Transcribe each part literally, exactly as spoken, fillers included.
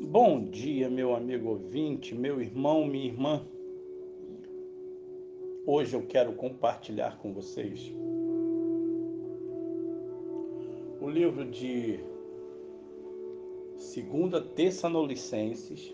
Bom dia, meu amigo ouvinte, meu irmão, minha irmã. Hoje eu quero compartilhar com vocês o livro de Segunda Tessalonicenses,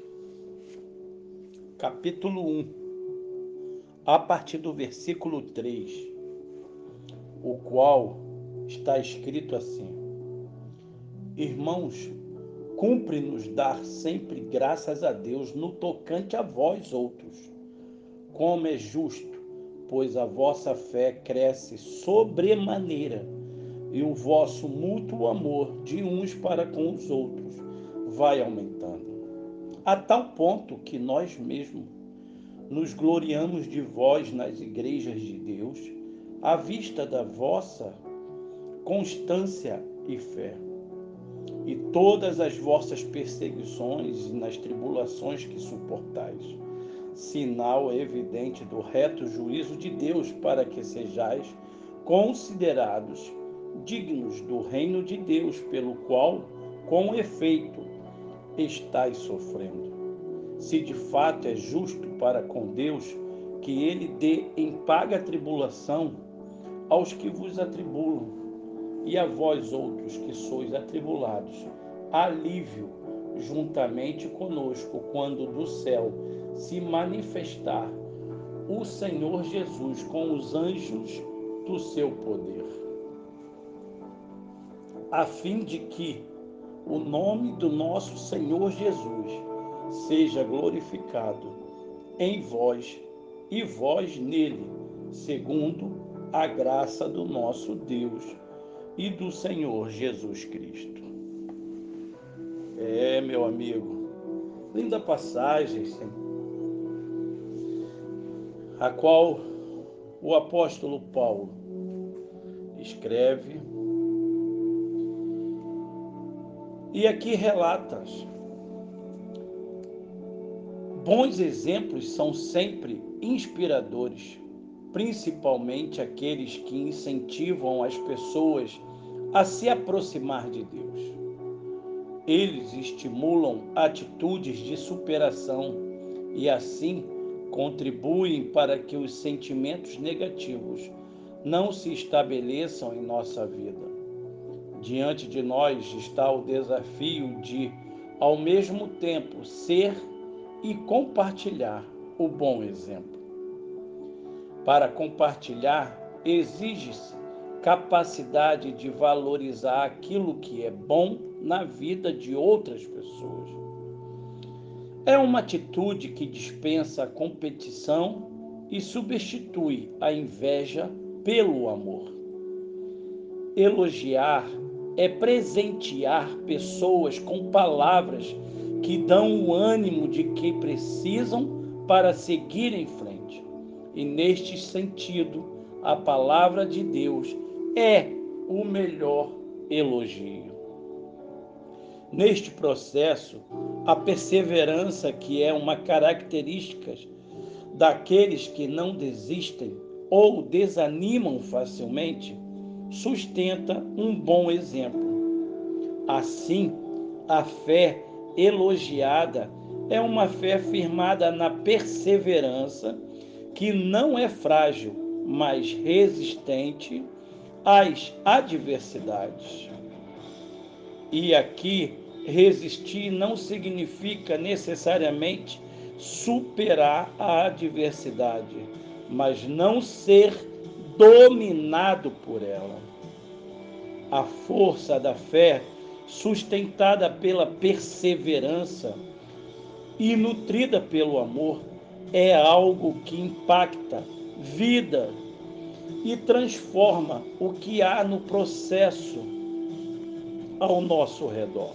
capítulo um, a partir do versículo três, o qual está escrito assim: Irmãos, cumpre-nos dar sempre graças a Deus no tocante a vós outros, como é justo, pois a vossa fé cresce sobremaneira, e o vosso mútuo amor de uns para com os outros vai aumentando, a tal ponto que nós mesmos nos gloriamos de vós nas igrejas de Deus, à vista da vossa constância e fé, e todas as vossas perseguições e nas tribulações que suportais, sinal evidente do reto juízo de Deus, para que sejais considerados dignos do reino de Deus, pelo qual, com efeito, estáis sofrendo. Se de fato é justo para com Deus que ele dê em paga tribulação aos que vos atribulam, e a vós outros que sois atribulados, alívio juntamente conosco, quando do céu se manifestar o Senhor Jesus com os anjos do seu poder, a fim de que o nome do nosso Senhor Jesus seja glorificado em vós e vós nele, segundo a graça do nosso Deus e do Senhor Jesus Cristo. É, meu amigo, linda passagem, sim, a qual o apóstolo Paulo escreve e aqui relata. Bons exemplos são sempre inspiradores, principalmente aqueles que incentivam as pessoas a se aproximar de Deus. Eles estimulam atitudes de superação e, assim, contribuem para que os sentimentos negativos não se estabeleçam em nossa vida. Diante de nós está o desafio de, ao mesmo tempo, ser e compartilhar o bom exemplo. Para compartilhar, exige-se capacidade de valorizar aquilo que é bom na vida de outras pessoas. É uma atitude que dispensa a competição e substitui a inveja pelo amor. Elogiar é presentear pessoas com palavras que dão o ânimo de que precisam para seguir em frente. E neste sentido, a palavra de Deus é o melhor elogio. Neste processo, a perseverança, que é uma característica daqueles que não desistem ou desanimam facilmente, sustenta um bom exemplo. Assim, a fé elogiada é uma fé firmada na perseverança, que não é frágil, mas resistente às adversidades. E aqui, resistir não significa necessariamente superar a adversidade, mas não ser dominado por ela. A força da fé, sustentada pela perseverança e nutrida pelo amor, é algo que impacta vida e transforma o que há no processo ao nosso redor.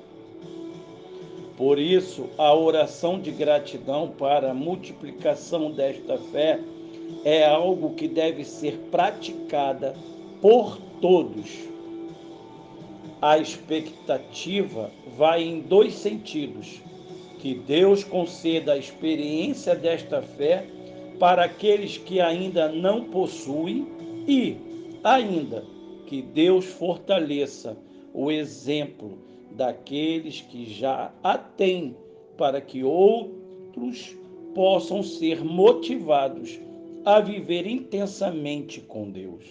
Por isso, a oração de gratidão para a multiplicação desta fé é algo que deve ser praticada por todos. A expectativa vai em dois sentidos: que Deus conceda a experiência desta fé para aqueles que ainda não possuem, e ainda que Deus fortaleça o exemplo daqueles que já a têm, para que outros possam ser motivados a viver intensamente com Deus.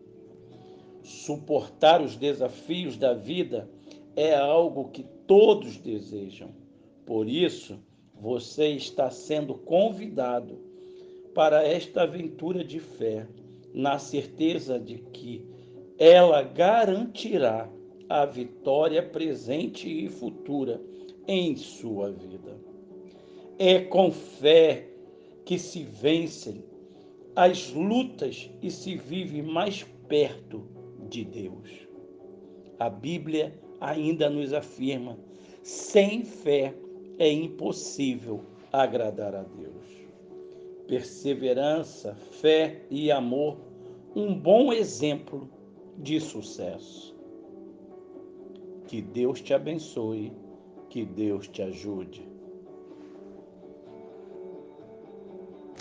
Suportar os desafios da vida é algo que todos desejam. Por isso, você está sendo convidado para esta aventura de fé, na certeza de que ela garantirá a vitória presente e futura em sua vida. É com fé que se vencem as lutas e se vive mais perto de Deus. A Bíblia ainda nos afirma: sem fé é impossível agradar a Deus. Perseverança, fé e amor, um bom exemplo de sucesso. Que Deus te abençoe, que Deus te ajude.